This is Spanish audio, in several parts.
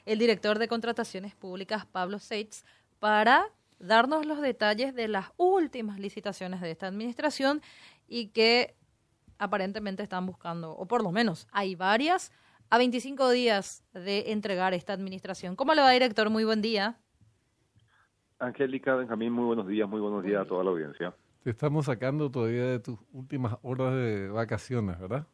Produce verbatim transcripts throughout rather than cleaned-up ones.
el director de Contrataciones Públicas, Pablo Seitz, para darnos los detalles de las últimas licitaciones de esta administración y que aparentemente están buscando, o por lo menos hay varias, a veinticinco días de entregar esta administración. ¿Cómo le va, director? Muy buen día. Angélica, Benjamín, muy buenos días, muy buenos días a toda la audiencia. Te estamos sacando todavía de tus últimas horas de vacaciones, ¿verdad?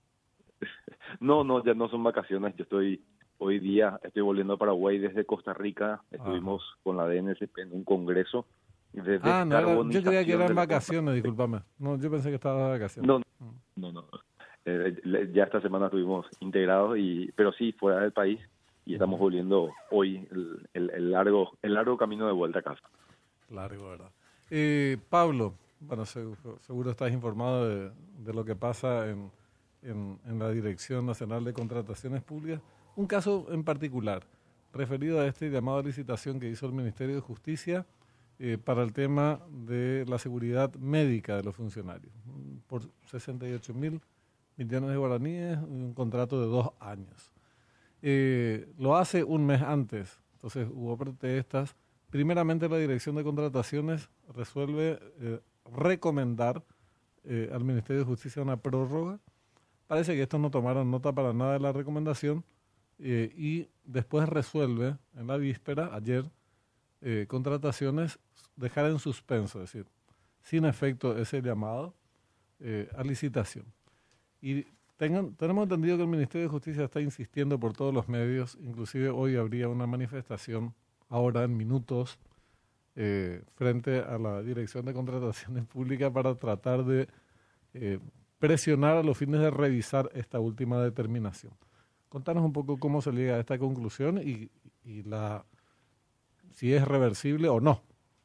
No, no, ya no son vacaciones. Yo estoy, hoy día estoy volviendo a Paraguay desde Costa Rica. Estuvimos ah. con la D N S P en un congreso de Ah, no, era, yo creía que eran vacaciones, discúlpame. No, yo pensé que estaba de vacaciones. No, no, no. Eh, ya esta semana estuvimos integrados, y pero sí, fuera del país, y estamos volviendo hoy el, el, el largo el largo camino de vuelta a casa. Largo, ¿verdad? Eh, Pablo, bueno, seguro, seguro estás informado de, de lo que pasa en, en, en la Dirección Nacional de Contrataciones Públicas. Un caso en particular, referido a este llamado a licitación que hizo el Ministerio de Justicia eh, para el tema de la seguridad médica de los funcionarios, por sesenta y ocho mil millones de guaraníes, un contrato de dos años. Eh, lo hace un mes antes, entonces hubo protestas. Primeramente, la Dirección de Contrataciones resuelve eh, recomendar eh, al Ministerio de Justicia una prórroga. Parece que estos no tomaron nota para nada de la recomendación eh, y después resuelve en la víspera, ayer, eh, Contrataciones dejar en suspenso, es decir, sin efecto ese llamado eh, a licitación. Y tengan, tenemos entendido que el Ministerio de Justicia está insistiendo por todos los medios, inclusive hoy habría una manifestación ahora en minutos eh, frente a la Dirección de Contrataciones Públicas para tratar de eh, presionar a los fines de revisar esta última determinación. Contanos un poco cómo se llega a esta conclusión y, y la si es reversible o no.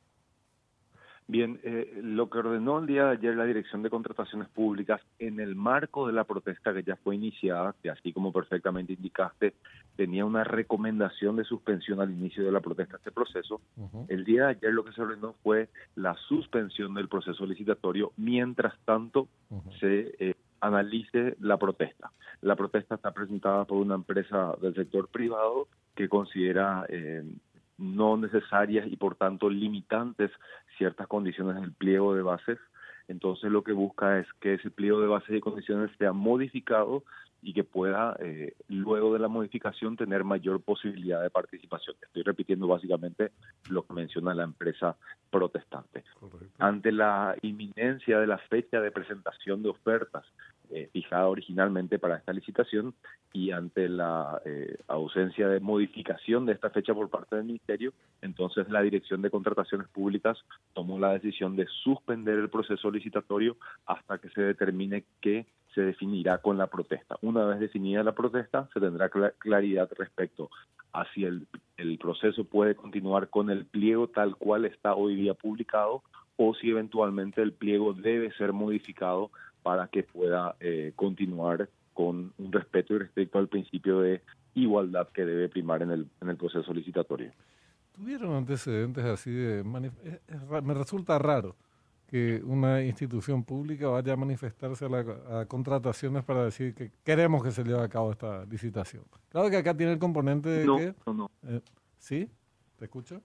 Bien, eh, lo que ordenó el día de ayer la Dirección de Contrataciones Públicas en el marco de la protesta que ya fue iniciada, que así como perfectamente indicaste, tenía una recomendación de suspensión al inicio de la protesta, este proceso. Uh-huh. El día de ayer lo que se ordenó fue la suspensión del proceso licitatorio, mientras tanto uh-huh. se eh, analice la protesta. La protesta está presentada por una empresa del sector privado que considera Eh, no necesarias y por tanto limitantes ciertas condiciones del pliego de bases. Entonces lo que busca es que ese pliego de bases y condiciones sea modificado y que pueda eh, luego de la modificación tener mayor posibilidad de participación. Estoy repitiendo básicamente lo que menciona la empresa protestante. Correcto. Ante la inminencia de la fecha de presentación de ofertas eh, fijada originalmente para esta licitación y ante la eh, ausencia de modificación de esta fecha por parte del Ministerio, entonces la Dirección de Contrataciones Públicas tomó la decisión de suspender el proceso licitatorio hasta que se determine qué se definirá con la protesta. Una vez definida la protesta, se tendrá cl- claridad respecto a si el, el proceso puede continuar con el pliego tal cual está hoy día publicado o si eventualmente el pliego debe ser modificado para que pueda eh, continuar con un respeto y respecto al principio de igualdad que debe primar en el, en el proceso licitatorio. ¿Tuvieron antecedentes así de... Manif- es, es, me resulta raro que una institución pública vaya a manifestarse a, la, a contrataciones para decir que queremos que se lleve a cabo esta licitación. Claro que acá tiene el componente de no, que... No, no, eh, ¿Sí? ¿Te escucho?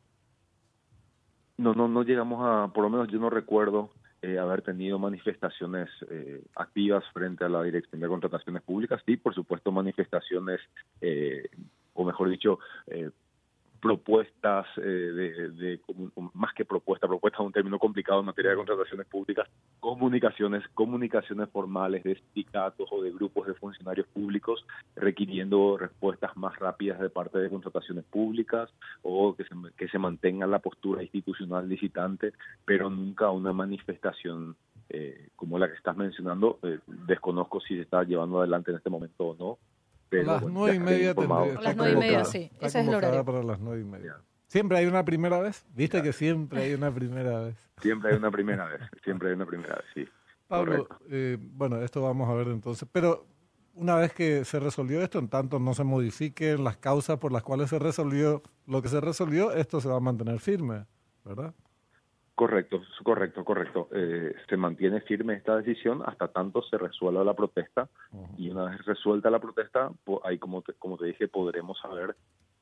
No, no, no llegamos a... Por lo menos yo no recuerdo eh, haber tenido manifestaciones eh, activas frente a la Dirección de Contrataciones Públicas. Sí, por supuesto, manifestaciones, eh, o mejor dicho... Eh, propuestas, eh, de, de, de más que propuesta, propuesta es un término complicado en materia de contrataciones públicas, comunicaciones, comunicaciones formales de sindicatos o de grupos de funcionarios públicos requiriendo respuestas más rápidas de parte de contrataciones públicas o que se, que se mantenga la postura institucional licitante, pero nunca una manifestación eh, como la que estás mencionando. Eh, desconozco si se está llevando adelante en este momento o no. Pero, a las nueve y media tendría. A las nueve y media, sí. Ese es el horario. Para las nueve y media. Siempre hay una primera vez. ¿Viste ya. que siempre hay una primera vez? Siempre hay una primera vez. Siempre hay una primera vez, sí. Pablo, eh, bueno, esto vamos a ver entonces. Pero una vez que se resolvió esto, en tanto no se modifiquen las causas por las cuales se resolvió lo que se resolvió, esto se va a mantener firme, ¿verdad? Correcto, correcto, correcto. Eh, se mantiene firme esta decisión hasta tanto se resuelva la protesta. Uh-huh. Y una vez resuelta la protesta, po- ahí como te, como te dije, podremos saber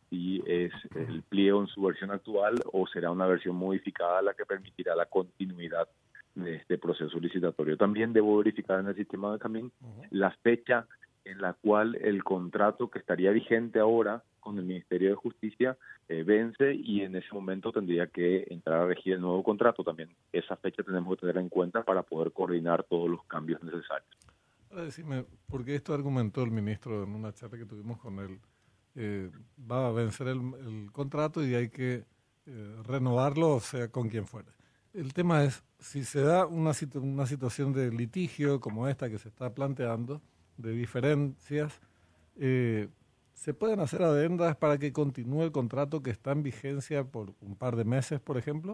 si es el pliego en su versión actual o será una versión modificada la que permitirá la continuidad de este proceso licitatorio. También debo verificar en el sistema de Camín uh-huh. la fecha en la cual el contrato que estaría vigente ahora con el Ministerio de Justicia eh, vence, y en ese momento tendría que entrar a regir el nuevo contrato. También esa fecha tenemos que tener en cuenta para poder coordinar todos los cambios necesarios. Ahora decime, porque esto argumentó el ministro en una charla que tuvimos con él, eh, va a vencer el, el contrato y hay que eh, renovarlo, o sea, con quien fuere. El tema es, si se da una, situ- una situación de litigio como esta que se está planteando, de diferencias, eh, ¿se pueden hacer adendas para que continúe el contrato que está en vigencia por un par de meses, por ejemplo?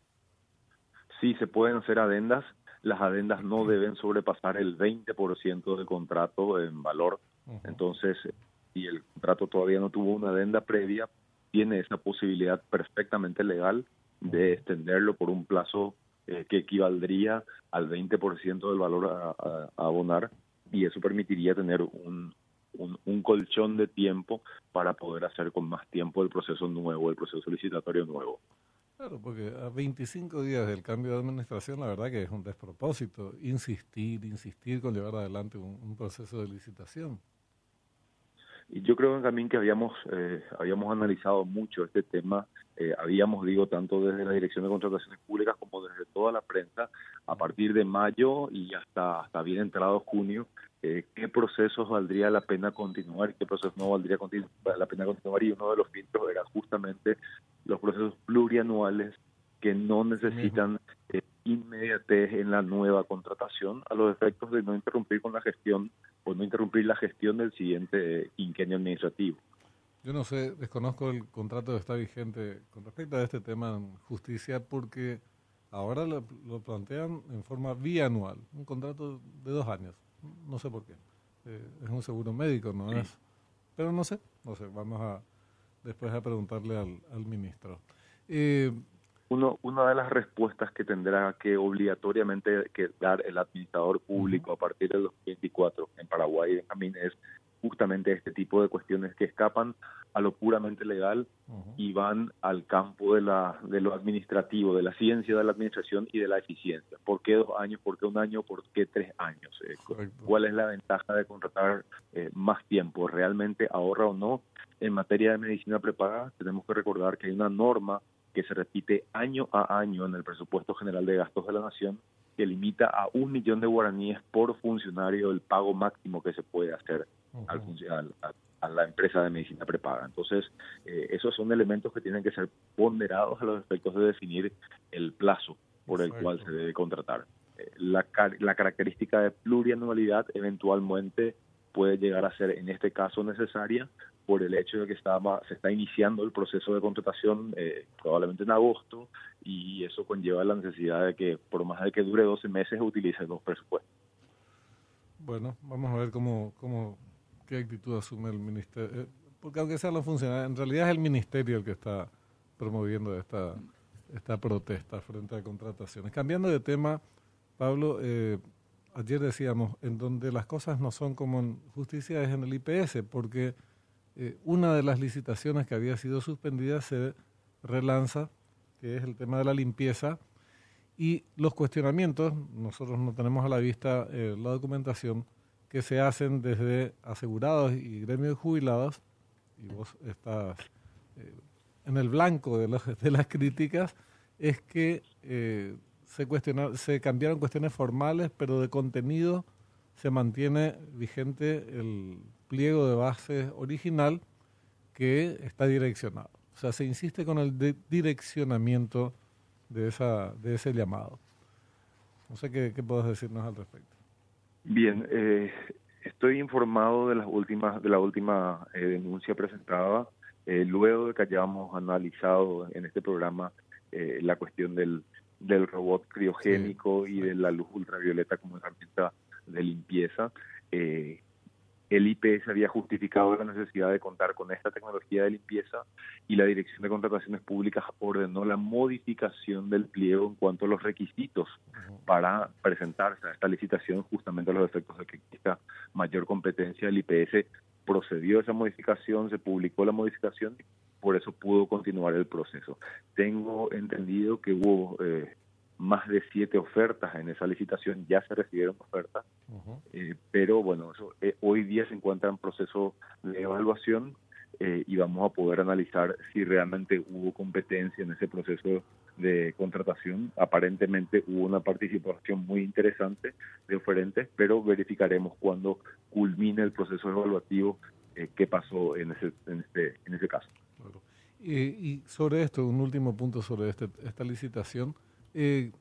Sí, se pueden hacer adendas. Las adendas no deben sobrepasar el veinte por ciento del contrato en valor. Uh-huh. Entonces, si el contrato todavía no tuvo una adenda previa, tiene esa posibilidad perfectamente legal de extenderlo por un plazo eh, que equivaldría al veinte por ciento del valor a, a, a abonar, y eso permitiría tener un, un, un colchón de tiempo para poder hacer con más tiempo el proceso nuevo, el proceso licitatorio nuevo. Claro, porque a veinticinco días del cambio de administración, la verdad que es un despropósito insistir, insistir con llevar adelante un, un proceso de licitación. Y yo creo también que habíamos eh, habíamos analizado mucho este tema, eh, habíamos, digo, tanto desde la Dirección de Contrataciones Públicas como desde toda la prensa, a partir de mayo y hasta, hasta bien entrado junio, eh, qué procesos valdría la pena continuar y qué procesos no valdría continu- la pena continuar, y uno de los filtros era justamente los procesos plurianuales que no necesitan eh, inmediatez en la nueva contratación, a los efectos de no interrumpir con la gestión o no interrumpir la gestión del siguiente eh, quinquenio administrativo. Yo no sé, desconozco el contrato que está vigente con respecto a este tema en justicia, porque ahora lo, lo plantean en forma bianual, un contrato de dos años, no sé por qué. Eh, es un seguro médico, ¿no? Sí. Es, pero no sé, no sé, vamos a después a preguntarle al, al ministro. Eh, Uno, una de las respuestas que tendrá que obligatoriamente que dar el administrador público uh-huh. a partir del dos mil veinticuatro en Paraguay y en Camín es justamente este tipo de cuestiones que escapan a lo puramente legal uh-huh. y van al campo de la de lo administrativo, de la ciencia de la administración y de la eficiencia. ¿Por qué dos años? ¿Por qué un año? ¿Por qué tres años? Eh, ¿Cuál es la ventaja de contratar eh, más tiempo? ¿Realmente ahorra o no? En materia de medicina prepaga tenemos que recordar que hay una norma que se repite año a año en el presupuesto general de gastos de la Nación, que limita a un millón de guaraníes por funcionario el pago máximo que se puede hacer uh-huh. al, al, a la empresa de medicina prepaga. Entonces, eh, esos son elementos que tienen que ser ponderados a los efectos de definir el plazo por el Exacto. cual se debe contratar. Eh, la, la característica de plurianualidad eventualmente puede llegar a ser, en este caso, necesaria por el hecho de que está, se está iniciando el proceso de contratación eh, probablemente en agosto, y eso conlleva la necesidad de que, por más de que dure doce meses, utilice los presupuestos. Bueno, vamos a ver cómo, cómo qué actitud asume el ministerio, eh, porque aunque sean los funcionarios, en realidad es el ministerio el que está promoviendo esta, esta protesta frente a contrataciones. Cambiando de tema, Pablo, eh, ayer decíamos, en donde las cosas no son como en justicia es en el I P S, porque eh, una de las licitaciones que había sido suspendida se relanza, que es el tema de la limpieza, y los cuestionamientos, nosotros no tenemos a la vista eh, la documentación que se hacen desde asegurados y gremios de jubilados, y vos estás eh, en el blanco de, los, de las críticas, es que eh, se, cuestiona, se cambiaron cuestiones formales, pero de contenido se mantiene vigente el pliego de bases original que está direccionado. O sea, se insiste con el de direccionamiento de esa de ese llamado. No sé qué, qué puedes decirnos al respecto. Bien, eh, estoy informado de las últimas de la última eh, denuncia presentada eh, luego de que hayamos analizado en este programa eh, la cuestión del del robot criogénico sí, y de la luz ultravioleta como herramienta de limpieza. Eh, el I P S había justificado la necesidad de contar con esta tecnología de limpieza, y la Dirección de Contrataciones Públicas ordenó la modificación del pliego en cuanto a los requisitos uh-huh. para presentarse a esta licitación, justamente a los efectos de que exista mayor competencia. El I P S procedió a esa modificación, se publicó la modificación por eso pudo continuar el proceso. Tengo entendido que hubo eh, más de siete ofertas en esa licitación, ya se recibieron ofertas, uh-huh. eh, pero bueno, eso, eh, hoy día se encuentra en proceso de evaluación eh, y vamos a poder analizar si realmente hubo competencia en ese proceso de contratación. Aparentemente hubo una participación muy interesante de oferentes, pero verificaremos cuando culmine el proceso evaluativo eh, qué pasó en ese, en este, en ese caso. Claro. Y, y sobre esto, un último punto sobre este, esta licitación. Eh,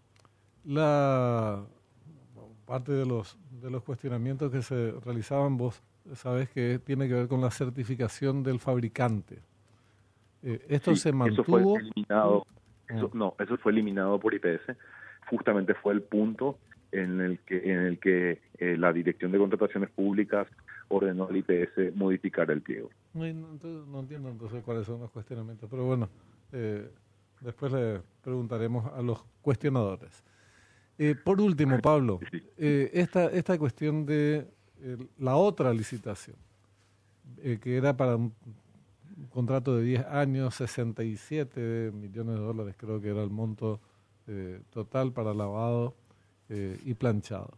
la parte de los de los cuestionamientos que se realizaban, vos sabés que tiene que ver con la certificación del fabricante. Eh, ¿Esto sí, se mantuvo? Eso fue eliminado, eso, no, eso fue eliminado por I P S. Justamente fue el punto en el que en el que eh, la Dirección de Contrataciones Públicas ordenó al I P S modificar el pliego. No, entonces, no entiendo entonces cuáles son los cuestionamientos, pero bueno, eh, después le preguntaremos a los cuestionadores. Eh, por último, Pablo, eh, esta, esta cuestión de eh, la otra licitación, eh, que era para un, un contrato de diez años, sesenta y siete millones de dólares, creo que era el monto eh, total para lavado eh, y planchado,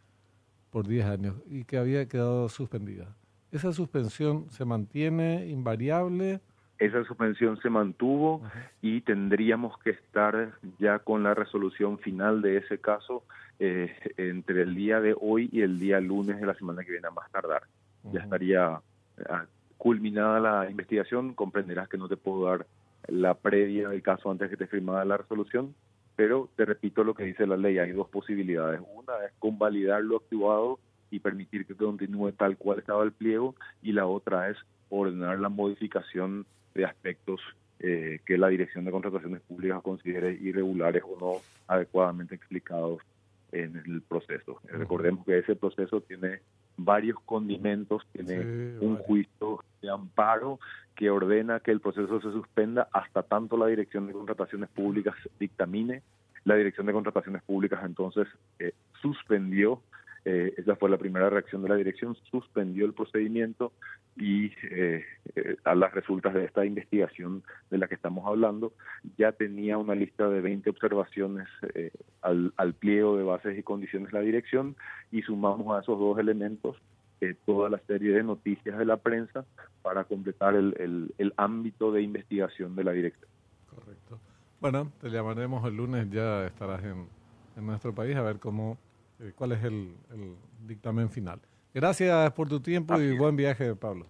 por diez años, y que había quedado suspendida. ¿Esa suspensión se mantiene invariable? Esa suspensión se mantuvo uh-huh. y tendríamos que estar ya con la resolución final de ese caso eh, entre el día de hoy y el día lunes de la semana que viene a más tardar. Uh-huh. Ya estaría eh, culminada la investigación. Comprenderás que no te puedo dar la previa del caso antes que te firmara la resolución, pero te repito lo que dice la ley. Hay dos posibilidades. Una es convalidar lo actuado y permitir que continúe tal cual estaba el pliego, y la otra es ordenar la modificación de aspectos eh, que la Dirección de Contrataciones Públicas considere irregulares o no adecuadamente explicados en el proceso. Uh-huh. Recordemos que ese proceso tiene varios condimentos, tiene sí, un vale. juicio de amparo que ordena que el proceso se suspenda hasta tanto la Dirección de Contrataciones Públicas dictamine. La Dirección de Contrataciones Públicas entonces eh, suspendió. Eh, esa fue la primera reacción de la dirección, suspendió el procedimiento y eh, eh, a las resultas de esta investigación de la que estamos hablando, ya tenía una lista de veinte observaciones eh, al, al pliego de bases y condiciones de la dirección, y sumamos a esos dos elementos eh, toda la serie de noticias de la prensa para completar el, el, el ámbito de investigación de la dirección. Correcto. Bueno, te llamaremos el lunes, ya estarás en, en nuestro país a ver cómo... ¿Cuál es el, el dictamen final? Gracias por tu tiempo y buen viaje, Pablo.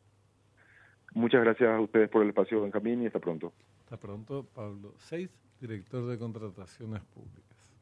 Muchas gracias a ustedes por el espacio, Benjamín, y hasta pronto. Hasta pronto, Pablo Seitz, director de Contrataciones Públicas.